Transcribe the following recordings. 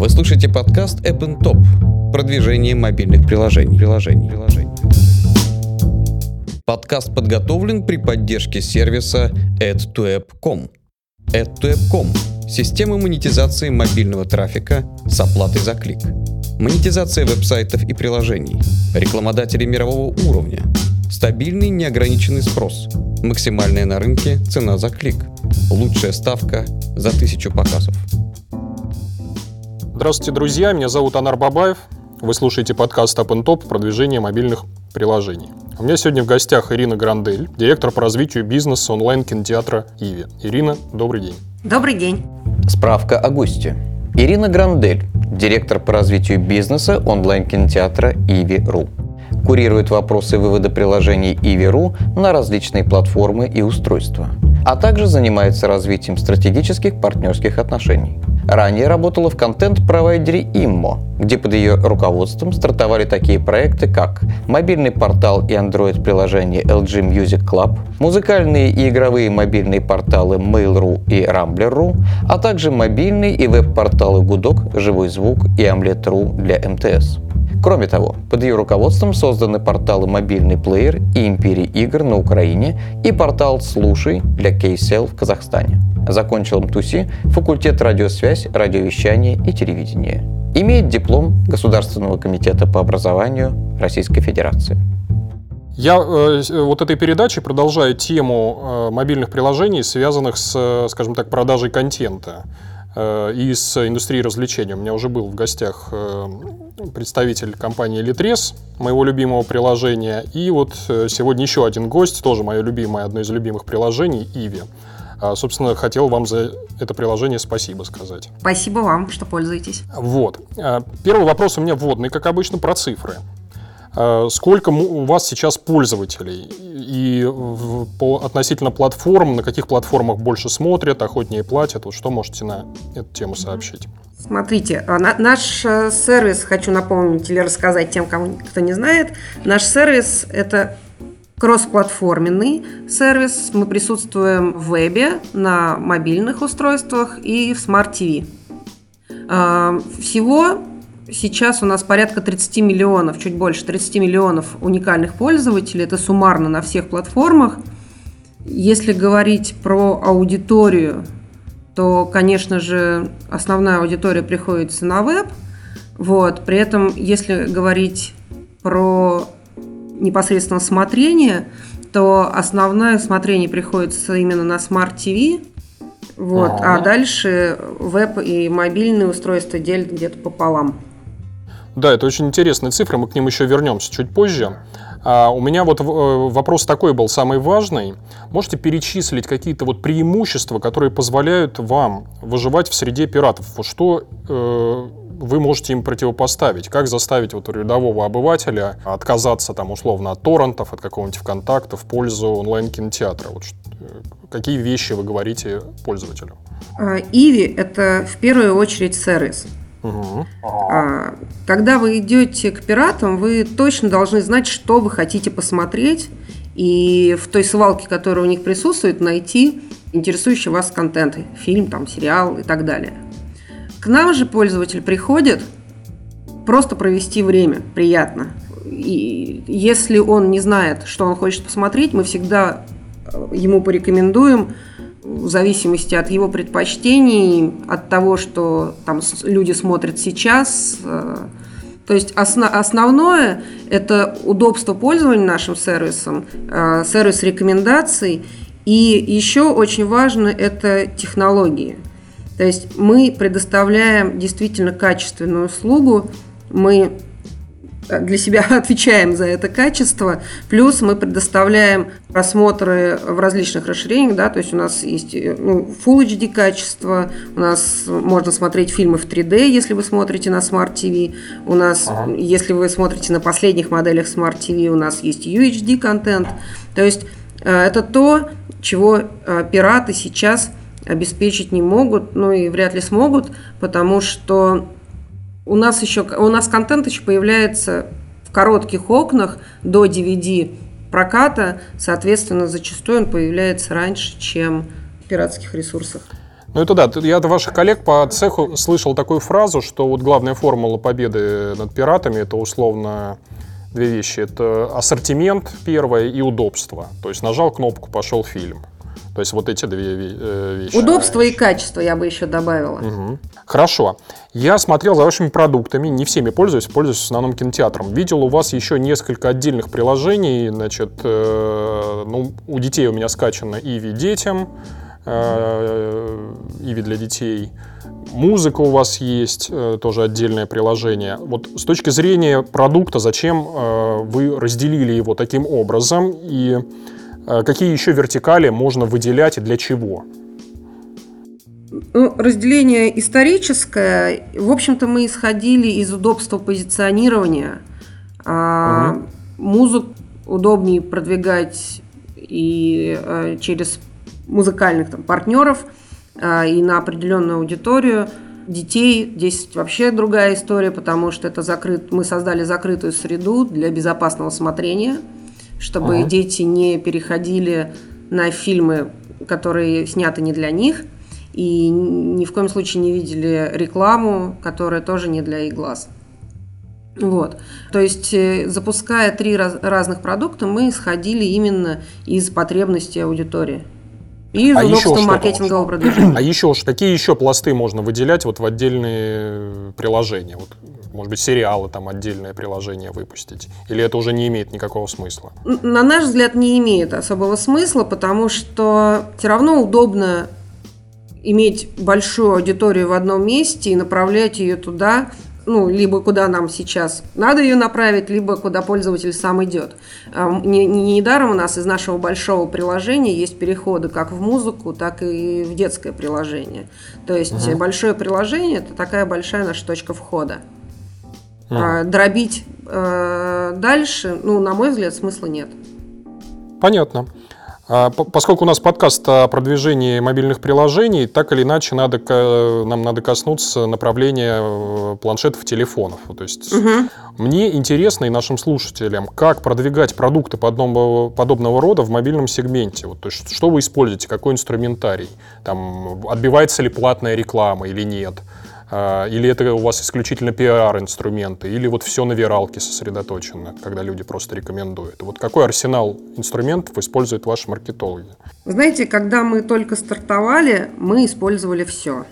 Вы слушаете подкаст App and Top. Продвижение мобильных приложений. Подкаст подготовлен при поддержке сервиса Add2App.com. Add2App.com – система монетизации мобильного трафика с оплатой за клик. Монетизация веб-сайтов и приложений. Рекламодатели мирового уровня. Стабильный неограниченный спрос. Максимальная на рынке цена за клик. Лучшая ставка за 1000 показов. Здравствуйте, друзья. Меня зовут Анар Бабаев. Вы слушаете подкаст App and Top «Продвижение мобильных приложений». У меня сегодня в гостях Ирина Грандель, директор по развитию бизнеса онлайн-кинотеатра «Иви». Ирина, добрый день. Добрый день. Справка о госте. Ирина Грандель, директор по развитию бизнеса онлайн-кинотеатра «Иви.ру». Курирует вопросы вывода приложений «Иви.ру» на различные платформы и устройства, а также занимается развитием стратегических партнерских отношений. Ранее работала в контент-провайдере Immo, где под ее руководством стартовали такие проекты, как мобильный портал и Android-приложение LG Music Club, музыкальные и игровые мобильные порталы Mail.ru и Rambler.ru, а также мобильные и веб-порталы Гудок, Живой звук и Омлет.ру для МТС. Кроме того, под ее руководством созданы порталы «Мобильный плеер» и «Империя игр» на Украине и портал «Слушай» для Kcell в Казахстане. Закончил МТУСИ факультет радиосвязь, радиовещание и телевидение. Имеет диплом Государственного комитета по образованию Российской Федерации. Я вот этой передачей продолжаю тему мобильных приложений, связанных с, скажем так, продажей контента и с индустрией развлечений. У меня уже был в гостях представитель компании Litres, моего любимого приложения, и вот сегодня еще один гость, тоже мое любимое, одно из любимых приложений, Иви. Собственно, хотел вам за это приложение спасибо сказать. Спасибо вам, что пользуетесь. Вот. Первый вопрос у меня вводный, как обычно, про цифры. Сколько у вас сейчас пользователей? И относительно платформ, на каких платформах больше смотрят, охотнее платят? Вот что можете на эту тему сообщить? Смотрите, наш сервис, хочу напомнить или рассказать тем, кто не знает, наш сервис – это кроссплатформенный сервис. Мы присутствуем в вебе, на мобильных устройствах и в смарт-ТВ. Всего сейчас у нас порядка 30 миллионов, чуть больше 30 миллионов уникальных пользователей. Это суммарно на всех платформах. Если говорить про аудиторию, то, конечно же, основная аудитория приходится на веб. Вот. При этом, если говорить про непосредственно смотрение, то основное смотрение приходится именно на смарт-ТВ. Вот. А дальше веб и мобильные устройства делят где-то пополам. Да, это очень интересные цифры, мы к ним еще вернемся чуть позже. У меня вот вопрос такой был, самый важный. Можете перечислить какие-то вот преимущества, которые позволяют вам выживать в среде пиратов? Что вы можете им противопоставить? Как заставить вот рядового обывателя отказаться там условно от торрентов, от какого-нибудь ВКонтакта в пользу онлайн-кинотеатра? Вот какие вещи вы говорите пользователю? Иви – это в первую очередь сервис. Когда вы идете к пиратам, вы точно должны знать, что вы хотите посмотреть, и в той свалке, которая у них присутствует, найти интересующий вас контент, фильм, там, сериал и так далее. К нам же пользователь приходит просто провести время, приятно. И если он не знает, что он хочет посмотреть, мы всегда ему порекомендуем, в зависимости от его предпочтений, от того, что там люди смотрят сейчас. То есть основное – это удобство пользования нашим сервисом, сервис рекомендаций. И еще очень важно – это технологии. То есть мы предоставляем действительно качественную услугу, мы для себя отвечаем за это качество, плюс мы предоставляем просмотры в различных расширениях, да, то есть у нас есть Full HD качество, у нас можно смотреть фильмы в 3D, если вы смотрите на Smart TV, у нас, если вы смотрите на последних моделях Smart TV, у нас есть UHD контент, то есть это то, чего пираты сейчас обеспечить не могут, ну и вряд ли смогут, потому что у нас контент еще появляется в коротких окнах до DVD проката, соответственно, зачастую он появляется раньше, чем в пиратских ресурсах. Ну это да, я от ваших коллег по цеху слышал такую фразу, что вот главная формула победы над пиратами — это условно две вещи. Это ассортимент первое и удобство. То есть нажал кнопку, пошел фильм. То есть вот эти две вещи. Удобство и качество я бы еще добавила. Угу. Хорошо. Я смотрел за вашими продуктами, не всеми пользуюсь в основном кинотеатром. Видел у вас еще несколько отдельных приложений. Значит, у детей у меня скачано Иви детям, Иви для детей. Музыка у вас есть, тоже отдельное приложение. Вот с точки зрения продукта, зачем вы разделили его таким образом и какие еще вертикали можно выделять и для чего? Ну, разделение историческое. В общем-то, мы исходили из удобства позиционирования. Музыку удобнее продвигать и через музыкальных партнеров, и на определенную аудиторию. Детей здесь вообще другая история, потому что это мы создали закрытую среду для безопасного смотрения, чтобы дети не переходили на фильмы, которые сняты не для них, и ни в коем случае не видели рекламу, которая тоже не для их глаз. Вот. То есть, запуская 3 разных продукта, мы исходили именно из потребностей аудитории. И из удобства маркетингового продвижения. А еще какие еще пласты можно выделять вот в отдельные приложения? Вот, может быть, сериалы там отдельное приложение выпустить? Или это уже не имеет никакого смысла? На наш взгляд, не имеет особого смысла, потому что все равно удобно иметь большую аудиторию в одном месте и направлять ее туда, либо куда нам сейчас надо ее направить, либо куда пользователь сам идет. Недаром у нас из нашего большого приложения есть переходы как в музыку, так и в детское приложение. То есть большое приложение – это такая большая наша точка входа. Дробить дальше, на мой взгляд, смысла нет. Понятно. Поскольку у нас подкаст о продвижении мобильных приложений, так или иначе нам надо коснуться направления планшетов и телефонов. То есть мне интересно и нашим слушателям, как продвигать продукты подобного рода в мобильном сегменте. То есть что вы используете, какой инструментарий? Там, отбивается ли платная реклама или нет? Или это у вас исключительно пиар-инструменты, или вот все на виралке сосредоточено, когда люди просто рекомендуют. Вот какой арсенал инструментов используют ваши маркетологи? Знаете, когда мы только стартовали, мы использовали все.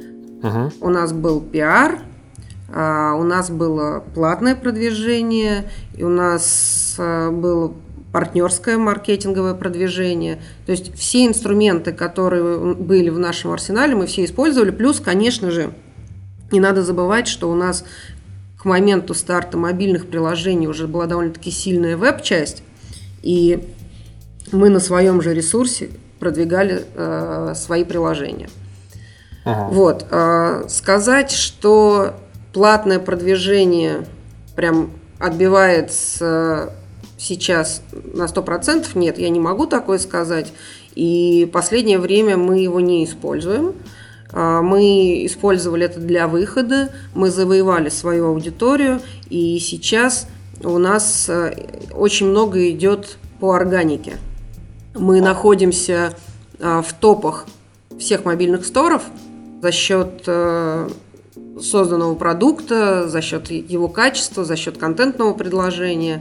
У нас был пиар, у нас было платное продвижение, и у нас было партнерское маркетинговое продвижение. То есть все инструменты, которые были в нашем арсенале, мы все использовали. Плюс, конечно же, не надо забывать, что у нас к моменту старта мобильных приложений уже была довольно-таки сильная веб-часть, и мы на своем же ресурсе продвигали свои приложения. Вот. Сказать, что платное продвижение прям отбивается сейчас на 100%, нет, я не могу такое сказать. И последнее время мы его не используем. Мы использовали это для выхода, мы завоевали свою аудиторию, и сейчас у нас очень много идет по органике. Мы находимся в топах всех мобильных сторов за счет созданного продукта, за счет его качества, за счет контентного предложения.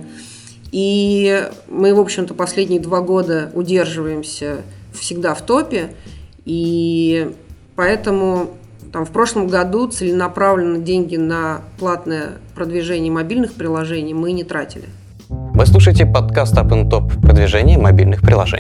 И мы, в общем-то, последние 2 года удерживаемся всегда в топе, и поэтому в прошлом году целенаправленно деньги на платное продвижение мобильных приложений мы не тратили. Вы слушаете подкаст Up and Top продвижение мобильных приложений.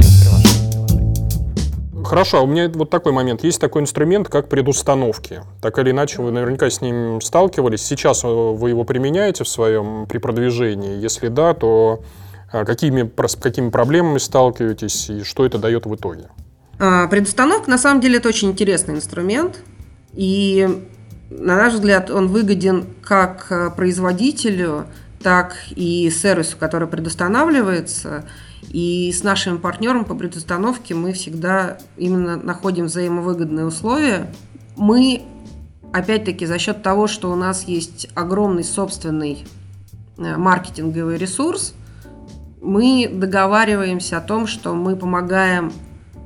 Хорошо, у меня вот такой момент. Есть такой инструмент, как предустановки. Так или иначе, вы наверняка с ним сталкивались. Сейчас вы его применяете при продвижении? Если да, то какими проблемами сталкиваетесь и что это дает в итоге? Предустановка, на самом деле, это очень интересный инструмент. И, на наш взгляд, он выгоден как производителю, так и сервису, который предустанавливается. И с нашим партнером по предустановке мы всегда именно находим взаимовыгодные условия. Мы, опять-таки, за счет того, что у нас есть огромный собственный маркетинговый ресурс, мы договариваемся о том, что мы помогаем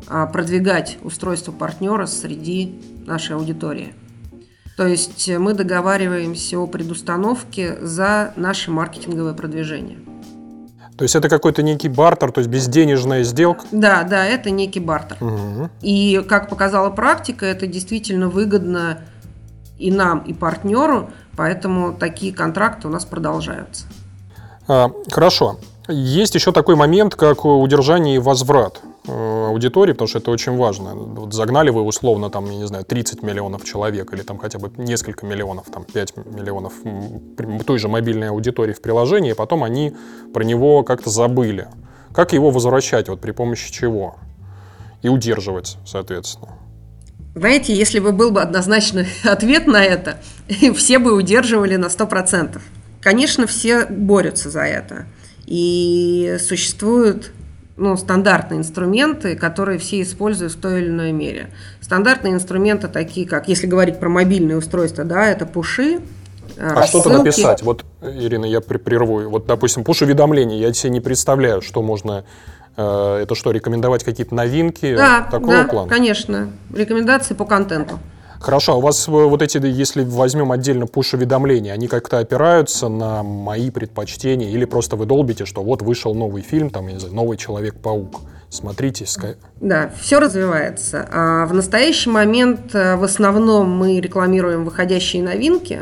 продвигать устройство партнера среди нашей аудитории. То есть мы договариваемся о предустановке за наше маркетинговое продвижение. То есть это какой-то некий бартер, то есть безденежная сделка? Да, это некий бартер. Угу. И, как показала практика, это действительно выгодно и нам, и партнеру, поэтому такие контракты у нас продолжаются. Хорошо. Есть еще такой момент, как удержание и возврат аудитории, потому что это очень важно. Вот загнали вы условно, там, я не знаю, 30 миллионов человек или там хотя бы несколько миллионов, там, 5 миллионов той же мобильной аудитории в приложении, и потом они про него как-то забыли. Как его возвращать, вот при помощи чего? И удерживать, соответственно. Знаете, если бы был бы однозначный ответ на это, все бы удерживали на 100%. Конечно, все борются за это. И существуют стандартные инструменты, которые все используют в той или иной мере. Стандартные инструменты такие, как, если говорить про мобильные устройства, это пуши, рассылки. Что-то написать. Вот, Ирина, я прерву. Вот, допустим, пуш-уведомления. Я себе не представляю, что можно... Это что, рекомендовать какие-то новинки такого плана? Да, конечно. Рекомендации по контенту. Хорошо, а у вас вот эти, если возьмем отдельно пуш-уведомления, они как-то опираются на мои предпочтения или просто вы долбите, что вот вышел новый фильм, там, я не знаю, новый Человек-паук, смотрите. Да, все развивается. А в настоящий момент в основном мы рекламируем выходящие новинки,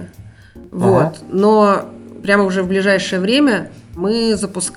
но прямо уже в ближайшее время мы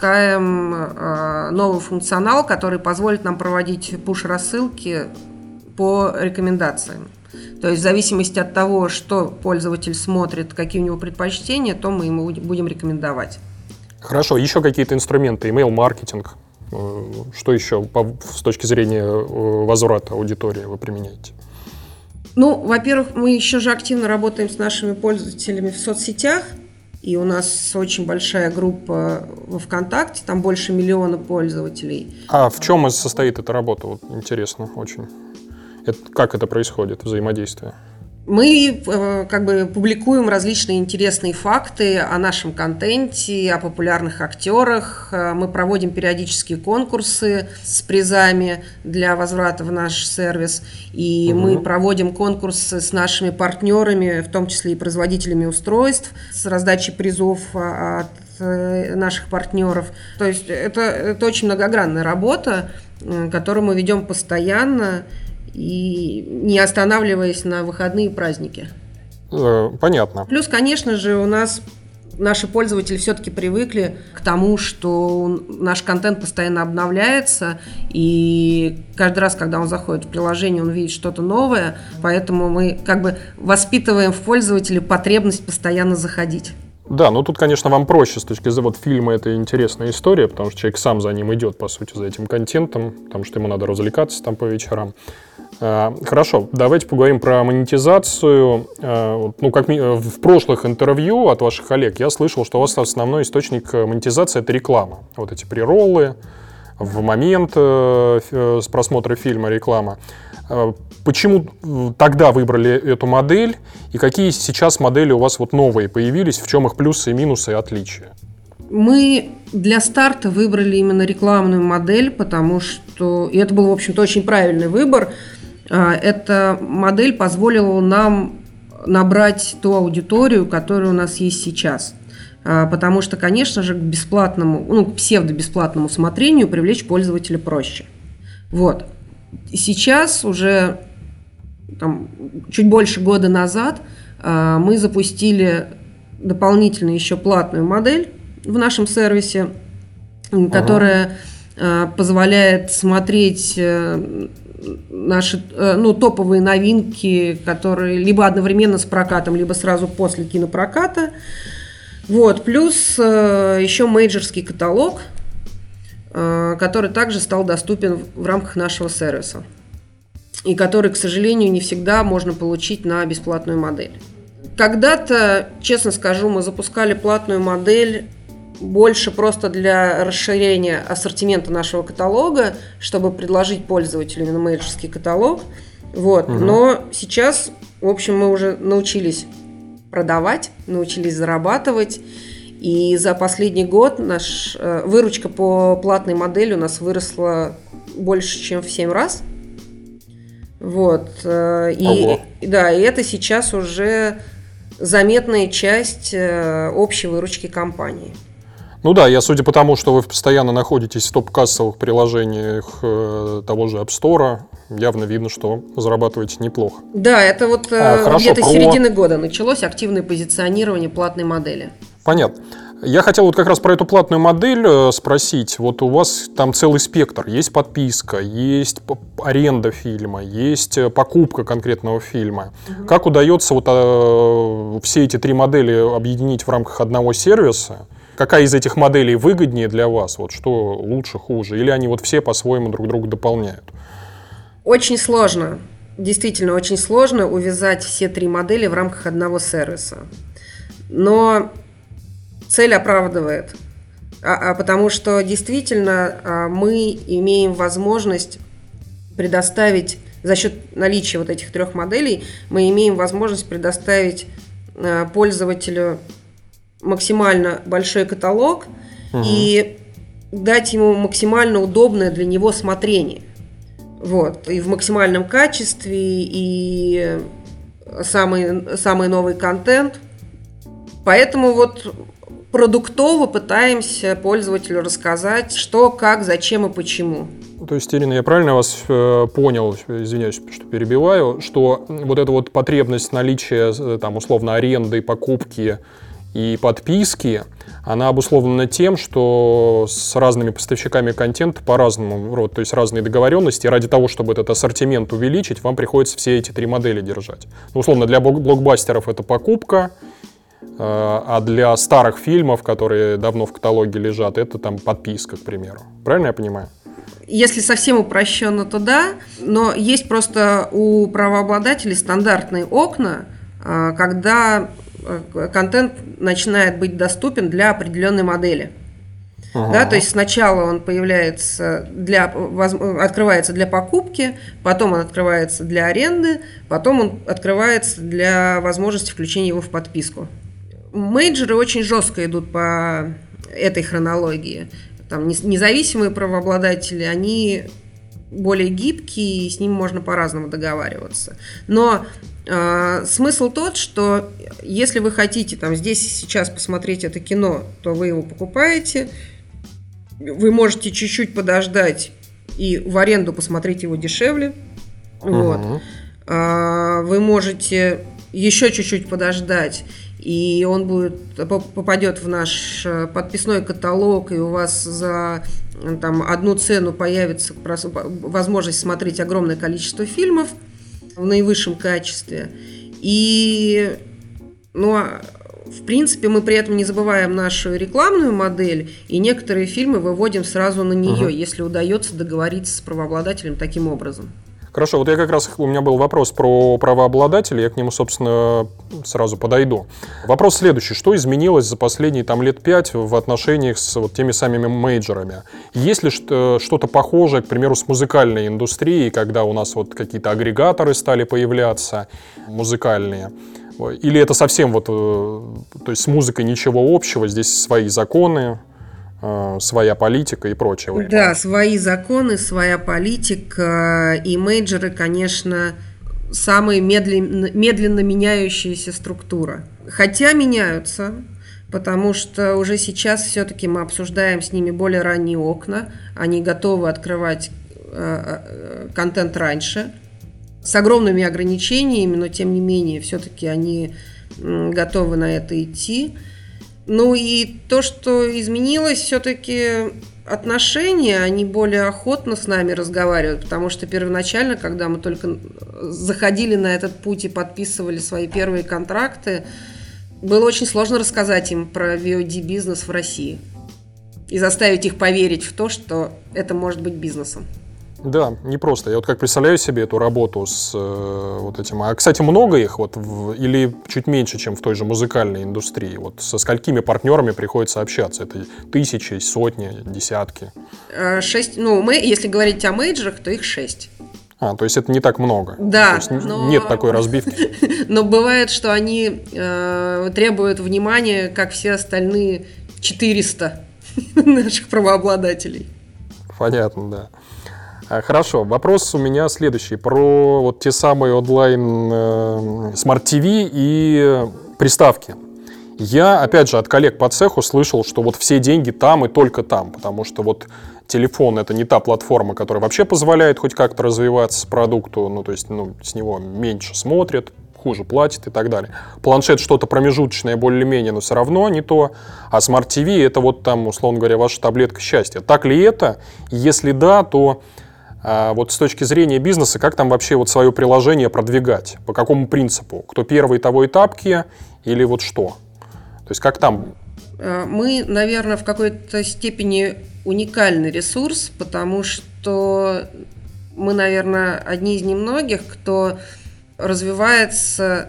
запускаем новый функционал, который позволит нам проводить пуш-рассылки по рекомендациям. То есть в зависимости от того, что пользователь смотрит, какие у него предпочтения, то мы ему будем рекомендовать. Хорошо, еще какие-то инструменты, email-маркетинг, что еще с точки зрения возврата аудитории вы применяете? Во-первых, мы еще же активно работаем с нашими пользователями в соцсетях, и у нас очень большая группа во ВКонтакте, там больше 1 миллиона пользователей. А в чем состоит эта работа? Вот интересно очень. Как это происходит, взаимодействие? Мы публикуем различные интересные факты о нашем контенте, о популярных актерах. Мы проводим периодические конкурсы с призами для возврата в наш сервис. И мы проводим конкурсы с нашими партнерами, в том числе и производителями устройств, с раздачей призов от наших партнеров. То есть это очень многогранная работа, которую мы ведем постоянно, и не останавливаясь на выходные и праздники. Понятно. Плюс, конечно же, у нас наши пользователи все-таки привыкли к тому, что наш контент постоянно обновляется, и каждый раз, когда он заходит в приложение, он видит что-то новое, поэтому мы воспитываем в пользователе потребность постоянно заходить. Да, тут, конечно, вам проще с точки зрения фильма, это интересная история, потому что человек сам за ним идет, по сути, за этим контентом, потому что ему надо развлекаться там по вечерам. Хорошо, давайте поговорим про монетизацию. Как в прошлых интервью от ваших коллег я слышал, что у вас основной источник монетизации – это реклама. Вот эти прероллы, в момент с просмотра фильма реклама. Почему тогда выбрали эту модель, и какие сейчас модели у вас новые появились, в чем их плюсы и минусы и отличия? Мы для старта выбрали именно рекламную модель, потому что, и это был, в общем-то, очень правильный выбор, эта модель позволила нам набрать ту аудиторию, которая у нас есть сейчас. Потому что, конечно же, к бесплатному, к псевдобесплатному смотрению привлечь пользователя проще. Сейчас, уже чуть больше года назад, мы запустили дополнительно еще платную модель в нашем сервисе, которая позволяет смотреть наши топовые новинки, которые либо одновременно с прокатом, либо сразу после кинопроката. Плюс еще мейджорский каталог, который также стал доступен в рамках нашего сервиса, и который, к сожалению, не всегда можно получить на бесплатную модель. Когда-то, честно скажу, мы запускали платную модель больше просто для расширения ассортимента нашего каталога, чтобы предложить пользователю именно менеджерский каталог. Но сейчас, в общем, мы уже научились продавать, научились зарабатывать. И за последний год наша выручка по платной модели у нас выросла больше, чем в 7 раз. Вот. И это сейчас уже заметная часть общей выручки компании. Ну да, я, судя по тому, что вы постоянно находитесь в топ-кассовых приложениях того же App Store, явно видно, что зарабатываете неплохо. Да, это вот где-то с середины года началось активное позиционирование платной модели. Понятно. Я хотел вот как раз про эту платную модель спросить. Вот у вас там целый спектр. Есть подписка, есть аренда фильма, есть покупка конкретного фильма. Угу. Как удается вот все эти три модели объединить в рамках одного сервиса? Какая из этих моделей выгоднее для вас? Вот что лучше, хуже? Или они вот все по-своему друг друга дополняют? Очень сложно. Действительно, очень сложно увязать все три модели в рамках одного сервиса. Но цель оправдывает. Потому что действительно мы имеем возможность предоставить, за счет наличия вот этих трех моделей, мы имеем возможность предоставить пользователю максимально большой каталог и дать ему максимально удобное для него смотрение. Вот. И в максимальном качестве, и самый новый контент. Поэтому вот продуктово пытаемся пользователю рассказать, что, как, зачем и почему. То есть, Ирина, я правильно вас понял, извиняюсь, что перебиваю, что вот эта вот потребность наличия, там, условно, аренды, покупки и подписки, она обусловлена тем, что с разными поставщиками контента по-разному, то есть разные договоренности. Ради того, чтобы этот ассортимент увеличить, вам приходится все эти три модели держать. Ну, условно, для блокбастеров это покупка, а для старых фильмов, которые давно в каталоге лежат, это там подписка, к примеру. Правильно я понимаю? Если совсем упрощенно, то да, но есть просто у правообладателей стандартные окна, когда контент начинает быть доступен для определенной модели. Да, то есть сначала он появляется открывается для покупки, потом он открывается для аренды, потом он открывается для возможности включения его в подписку. Мейджоры очень жестко идут по этой хронологии. Там независимые правообладатели, они более гибкие, и с ними можно по-разному договариваться. Но смысл тот, что если вы хотите там здесь и сейчас посмотреть это кино, то вы его покупаете, вы можете чуть-чуть подождать и в аренду посмотреть его дешевле. Вот. Вы можете еще чуть-чуть подождать, и он попадет в наш подписной каталог, и у вас за там, одну цену появится возможность смотреть огромное количество фильмов в наивысшем качестве. И, в принципе, мы при этом не забываем нашу рекламную модель, и некоторые фильмы выводим сразу на нее, если удается договориться с правообладателем таким образом. Хорошо, вот у меня был вопрос про правообладателей, я к нему, собственно, сразу подойду. Вопрос следующий. Что изменилось за последние лет 5 в отношениях с вот теми самыми мейджорами? Есть ли что-то похожее, к примеру, с музыкальной индустрией, когда у нас вот какие-то агрегаторы стали появляться, музыкальные? Или это совсем то есть с музыкой ничего общего, здесь свои законы, своя политика и прочее? Да, свои законы, своя политика, и мейджоры, конечно, самая медленно меняющаяся структура. Хотя меняются, потому что уже сейчас все-таки мы обсуждаем с ними более ранние окна, они готовы открывать контент раньше, с огромными ограничениями, но тем не менее все-таки они готовы на это идти. Ну и то, что изменилось, все-таки отношения, они более охотно с нами разговаривают, потому что первоначально, когда мы только заходили на этот путь и подписывали свои первые контракты, было очень сложно рассказать им про VOD-бизнес в России и заставить их поверить в то, что это может быть бизнесом. Да, непросто. Я вот как представляю себе эту работу с вот этим. А, кстати, много их или чуть меньше, чем в той же музыкальной индустрии? Вот со сколькими партнерами приходится общаться? Это тысячи, сотни, десятки? 6. Если говорить о мейджорах, то их 6. То есть это не так много? Да. То есть нет такой разбивки? Но бывает, что они требуют внимания, как все остальные 400 наших правообладателей. Понятно, да. Хорошо, вопрос у меня следующий. Про вот те самые онлайн смарт-ТВ и приставки. Я, опять же, от коллег по цеху слышал, что вот все деньги там и только там, потому что вот телефон — это не та платформа, которая вообще позволяет хоть как-то развиваться продукту, ну, то есть, с него меньше смотрят, хуже платят и так далее. Планшет что-то промежуточное более-менее, но все равно не то. А смарт-ТВ — это вот там, условно говоря, ваша таблетка счастья. Так ли это? Если да, то вот с точки зрения бизнеса, как там вообще вот свое приложение продвигать? По какому принципу? Кто первый, того и тапки? Или вот что? То есть как там? Мы, наверное, в какой-то степени уникальный ресурс, потому что мы, наверное, одни из немногих, кто развивается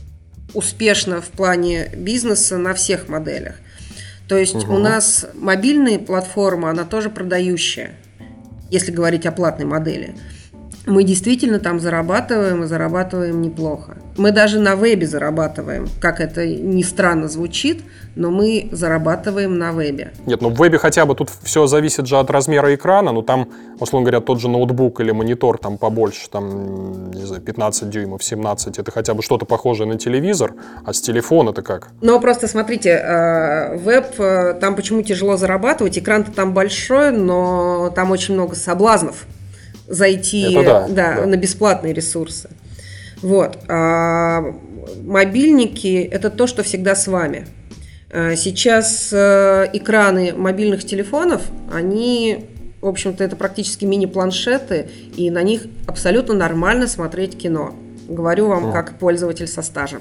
успешно в плане бизнеса на всех моделях. То есть у нас мобильная платформа, она тоже продающая, если говорить о платной модели. Мы действительно там зарабатываем, и зарабатываем неплохо. Мы даже на вебе зарабатываем, как это ни странно звучит, но мы зарабатываем на вебе. Нет, в вебе хотя бы тут все зависит же от размера экрана, там, условно говоря, тот же ноутбук или монитор там побольше, там, не знаю, 15 дюймов, 17, это хотя бы что-то похожее на телевизор, а с телефона-то как? Просто смотрите, веб, там почему тяжело зарабатывать, экран-то там большой, но там очень много соблазнов зайти на бесплатные ресурсы. Вот. А мобильники – это то, что всегда с вами. Сейчас экраны мобильных телефонов, они, в общем-то, это практически мини-планшеты, и на них абсолютно нормально смотреть кино. Говорю вам как пользователь со стажем.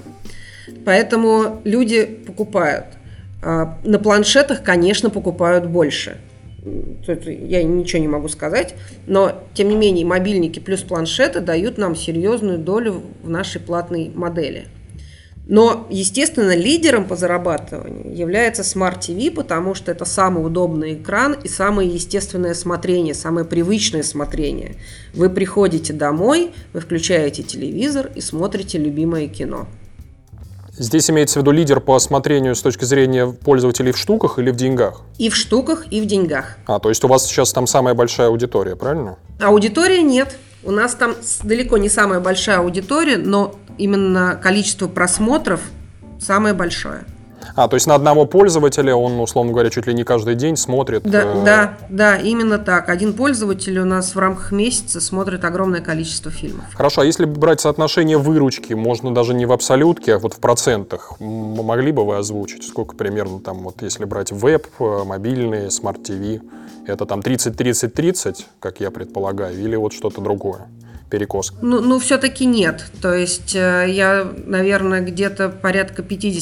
Поэтому люди покупают. На планшетах, конечно, покупают больше. Тут я ничего не могу сказать, но, тем не менее, мобильники плюс планшеты дают нам серьезную долю в нашей платной модели. Но, естественно, лидером по зарабатыванию является Smart TV, потому что это самый удобный экран и самое естественное смотрение, самое привычное смотрение. Вы приходите домой, вы включаете телевизор и смотрите любимое кино. Здесь имеется в виду лидер по осмотрению с точки зрения пользователей в штуках или в деньгах? И в штуках, и в деньгах. То есть у вас сейчас там самая большая аудитория, правильно? Аудитория нет. У нас там далеко не самая большая аудитория, но именно количество просмотров самое большое. То есть на одного пользователя он, условно говоря, чуть ли не каждый день смотрит? Да, именно так. Один пользователь у нас в рамках месяца смотрит огромное количество фильмов. Хорошо, а если брать соотношение выручки, можно даже не в абсолютке, а вот в процентах, могли бы вы озвучить, сколько примерно там, вот если брать веб, мобильные, смарт-ТВ, это там 30-30-30, как я предполагаю, или вот что-то другое? Перекос? Все-таки нет. То есть я, наверное, где-то порядка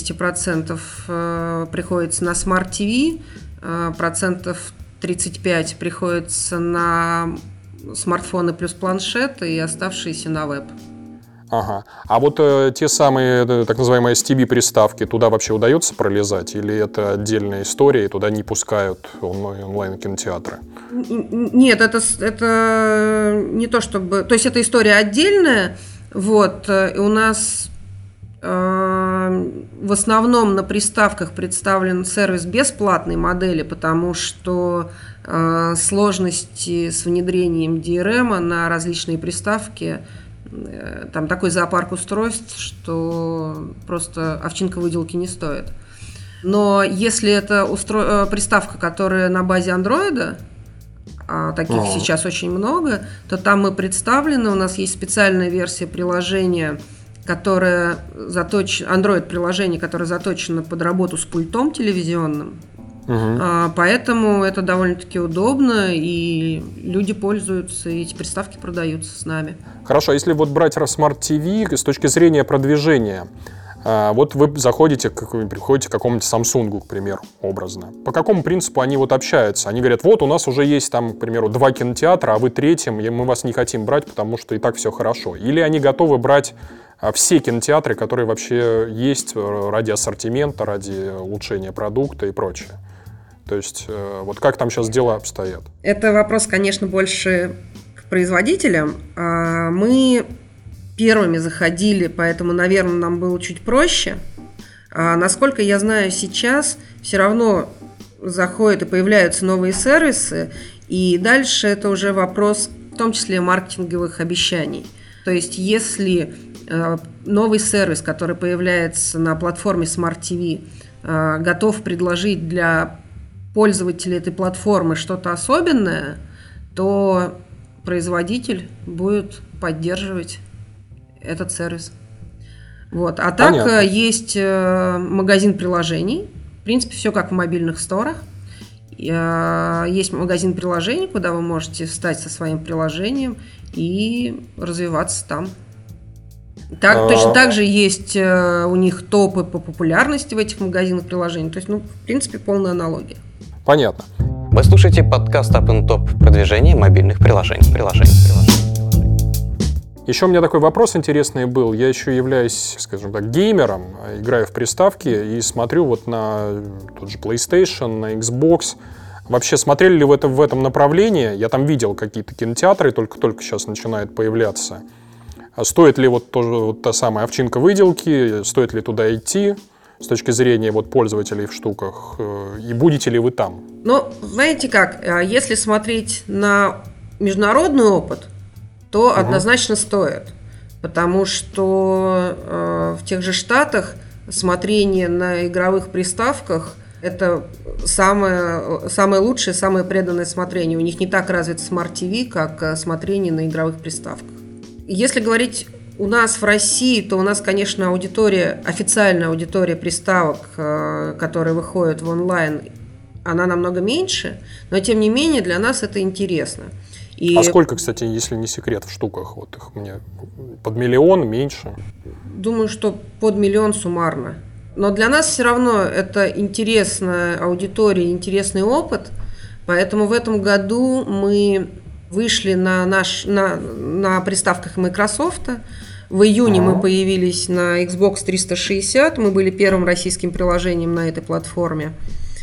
50% приходится на Smart TV, процентов 35% приходится на смартфоны плюс планшеты и оставшиеся на веб. А вот те самые так называемые STB-приставки, туда вообще удается пролезать? Или это отдельная история, и туда не пускают онлайн-кинотеатры? Нет, это не то чтобы... То есть это история отдельная. Вот. И у нас в основном на приставках представлен сервис бесплатной модели, потому что сложности с внедрением DRM на различные приставки... Там такой зоопарк устройств, что просто овчинка выделки не стоит. Но если это приставка, которая на базе Android, а таких сейчас очень много, то там мы представлены, у нас есть специальная версия приложения, которая Android-приложение, которое заточено под работу с пультом телевизионным. Поэтому это довольно-таки удобно, и люди пользуются, и эти приставки продаются с нами. Хорошо, если вот брать Smart TV с точки зрения продвижения, вот вы приходите к какому-нибудь Samsung, к примеру, образно. По какому принципу они вот общаются? Они говорят, вот у нас уже есть там, к примеру, 2 кинотеатра, а вы третьим, и мы вас не хотим брать, потому что и так все хорошо. Или они готовы брать все кинотеатры, которые вообще есть ради ассортимента, ради улучшения продукта и прочее. То есть вот как там сейчас дела обстоят? Это вопрос, конечно, больше к производителям. Мы первыми заходили, поэтому, наверное, нам было чуть проще. Насколько я знаю, сейчас все равно заходят и появляются новые сервисы, и дальше это уже вопрос том числе маркетинговых обещаний. То есть если новый сервис, который появляется на платформе Smart TV, готов предложить для пользователей этой платформы что-то особенное, то производитель будет поддерживать этот сервис. Вот. А так Понятно. есть магазин приложений. В принципе, все как в мобильных сторах. Есть магазин приложений, куда вы можете встать со своим приложением и развиваться там. Точно так же есть у них топы по популярности в этих магазинах приложений. То есть, в принципе, полная аналогия. Понятно. Вы слушаете подкаст Up and Top продвижение мобильных приложений. Еще у меня такой вопрос интересный был. Я еще являюсь, скажем так, геймером, играю в приставки и смотрю вот на тот же PlayStation, на Xbox. Вообще смотрели ли вы в этом направлении? Я там видел какие-то кинотеатры, только сейчас начинают появляться. А стоит ли вот тоже вот та самая овчинка выделки, стоит ли туда идти с точки зрения вот пользователей в штуках? И будете ли вы там? Знаете как, если смотреть на международный опыт, то однозначно стоит. Потому что в тех же Штатах смотрение на игровых приставках – это самое лучшее, самое преданное смотрение. У них не так развито Smart TV, как смотрение на игровых приставках. Если говорить у нас в России, то у нас, конечно, официальная аудитория приставок, которые выходят в онлайн, она намного меньше, но тем не менее для нас это интересно. А сколько, кстати, если не секрет, в штуках? Вот их мне под миллион, меньше? Думаю, что под миллион суммарно. Но для нас все равно это интересная аудитория, интересный опыт. Поэтому в этом году мы вышли на приставках Microsoft. В июне мы появились на Xbox 360. Мы были первым российским приложением на этой платформе.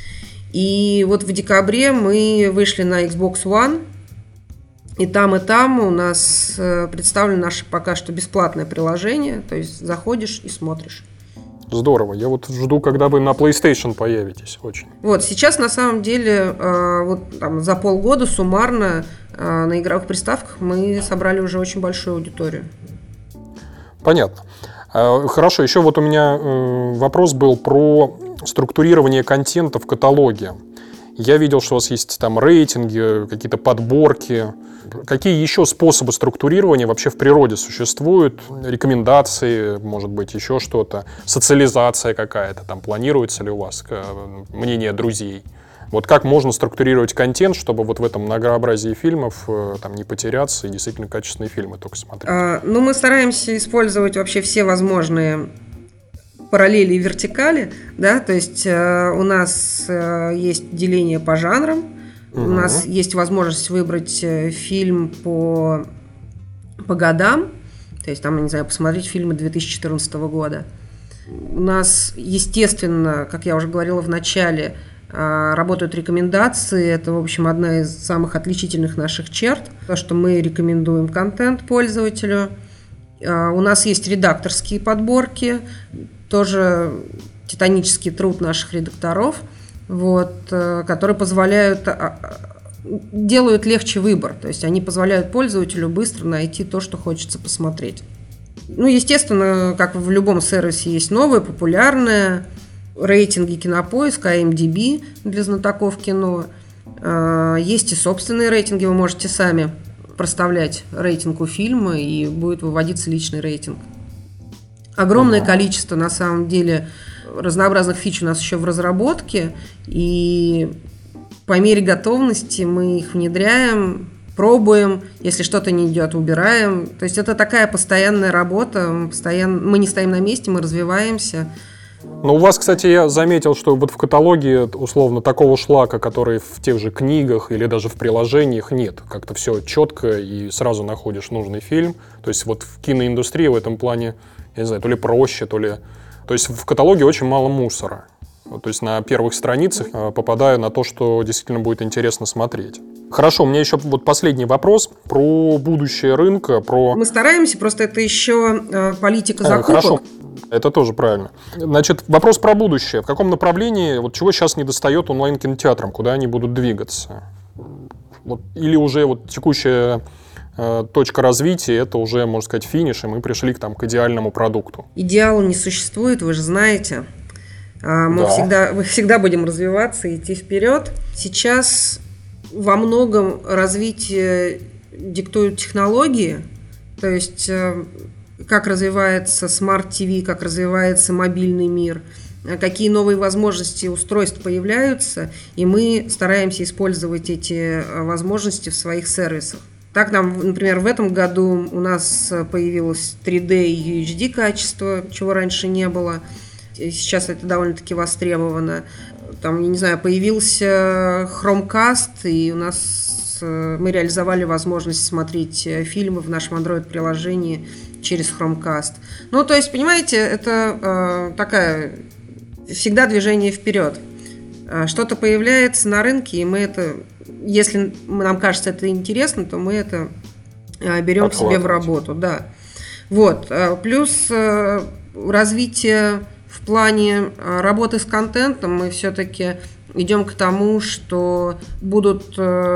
И вот в декабре мы вышли на Xbox One. И там у нас представлено наше пока что бесплатное приложение. То есть заходишь и смотришь. Здорово. Я вот жду, когда вы на PlayStation появитесь. Очень. Вот сейчас на самом деле за полгода суммарно на игровых приставках мы собрали уже очень большую аудиторию. Понятно. Хорошо. Еще вот у меня вопрос был про структурирование контента в каталоге. Я видел, что у вас есть там рейтинги, какие-то подборки. Какие еще способы структурирования вообще в природе существуют? Рекомендации, может быть, еще что-то? Социализация какая-то там планируется ли у вас? Мнение друзей? Вот как можно структурировать контент, чтобы вот в этом многообразии фильмов там не потеряться и действительно качественные фильмы только смотреть? Мы стараемся использовать вообще все возможные параллели и вертикали, да, то есть у нас есть деление по жанрам, у нас есть возможность выбрать фильм по годам, то есть там, посмотреть фильмы 2014 года. У нас, естественно, как я уже говорила в начале, работают рекомендации. Это, в общем, одна из самых отличительных наших черт, то, что мы рекомендуем контент пользователю. У нас есть редакторские подборки, тоже титанический труд наших редакторов, которые делают легче выбор. То есть они позволяют пользователю быстро найти то, что хочется посмотреть. Естественно, как в любом сервисе, есть новое, популярное, рейтинги Кинопоиск, IMDb для знатоков кино. Есть и собственные рейтинги, вы можете сами проставлять рейтинг у фильма, и будет выводиться личный рейтинг. Огромное количество, на самом деле, разнообразных фич у нас еще в разработке, и по мере готовности мы их внедряем, пробуем, если что-то не идет, убираем. То есть это такая постоянная работа, мы не стоим на месте, мы развиваемся. Но у вас, кстати, я заметил, что вот в каталоге, условно, такого шлака, который в тех же книгах или даже в приложениях, нет. Как-то все четко и сразу находишь нужный фильм. То есть вот в киноиндустрии в этом плане, я не знаю, то ли проще, то ли... То есть в каталоге очень мало мусора. То есть на первых страницах попадаю на то, что действительно будет интересно смотреть. Хорошо, у меня еще вот последний вопрос про будущее рынка, про... Мы стараемся, просто это еще политика закупок. Хорошо, это тоже правильно. Значит, вопрос про будущее. В каком направлении, вот чего сейчас недостает онлайн-кинотеатрам, куда они будут двигаться? Или уже вот текущая точка развития, это уже, можно сказать, финиш, и мы пришли к идеальному продукту. Идеала не существует, вы же знаете. Мы всегда будем развиваться, идти вперед. Сейчас во многом развитие диктуют технологии, то есть как развивается смарт-ТВ, как развивается мобильный мир, какие новые возможности устройств появляются, и мы стараемся использовать эти возможности в своих сервисах. Так, например, в этом году у нас появилось 3D и UHD качество, чего раньше не было. Сейчас это довольно-таки востребовано. Появился Chromecast, и мы реализовали возможность смотреть фильмы в нашем Android-приложении через Chromecast. То есть, понимаете, это всегда движение вперед. Что-то появляется на рынке, и мы это, если нам кажется это интересно, то мы это берем к себе в работу. Да. Плюс развитие в плане работы с контентом, мы все-таки идем к тому, что будут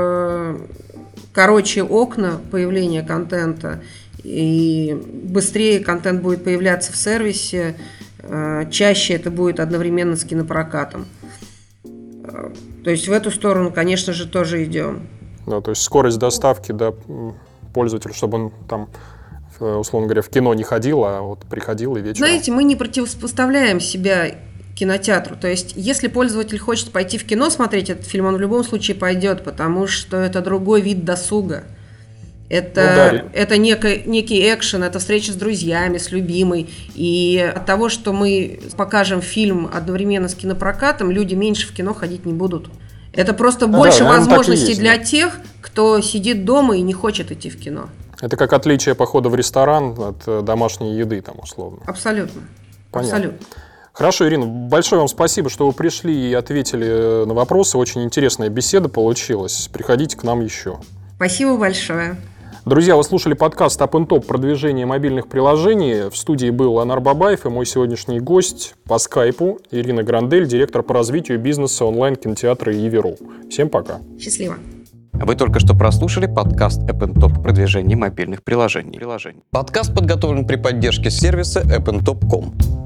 короче окна появления контента, и быстрее контент будет появляться в сервисе, чаще это будет одновременно с кинопрокатом. То есть в эту сторону, конечно же, тоже идем. Да, то есть скорость доставки до пользователя, чтобы он условно говоря, в кино не ходил, а вот приходил и вечером. Знаете, мы не противопоставляем себя кинотеатру. То есть, если пользователь хочет пойти в кино смотреть этот фильм, он в любом случае пойдет, потому что это другой вид досуга. Это некий экшен, это встреча с друзьями, с любимой. И от того, что мы покажем фильм одновременно с кинопрокатом, люди меньше в кино ходить не будут. Это просто больше возможностей для тех, кто сидит дома и не хочет идти в кино. Это как отличие похода в ресторан от домашней еды, условно. Абсолютно. Понятно. Абсолютно. Хорошо, Ирина, большое вам спасибо, что вы пришли и ответили на вопросы. Очень интересная беседа получилась. Приходите к нам еще. Спасибо большое. Друзья, вы слушали подкаст Up and Top продвижение мобильных приложений. В студии был Анар Бабаев и мой сегодняшний гость по скайпу Ирина Грандель, директор по развитию бизнеса онлайн-кинотеатра Иви.ру. Всем пока. Счастливо. Вы только что прослушали подкаст App and Top продвижение мобильных приложений. Подкаст подготовлен при поддержке сервиса appntop.com.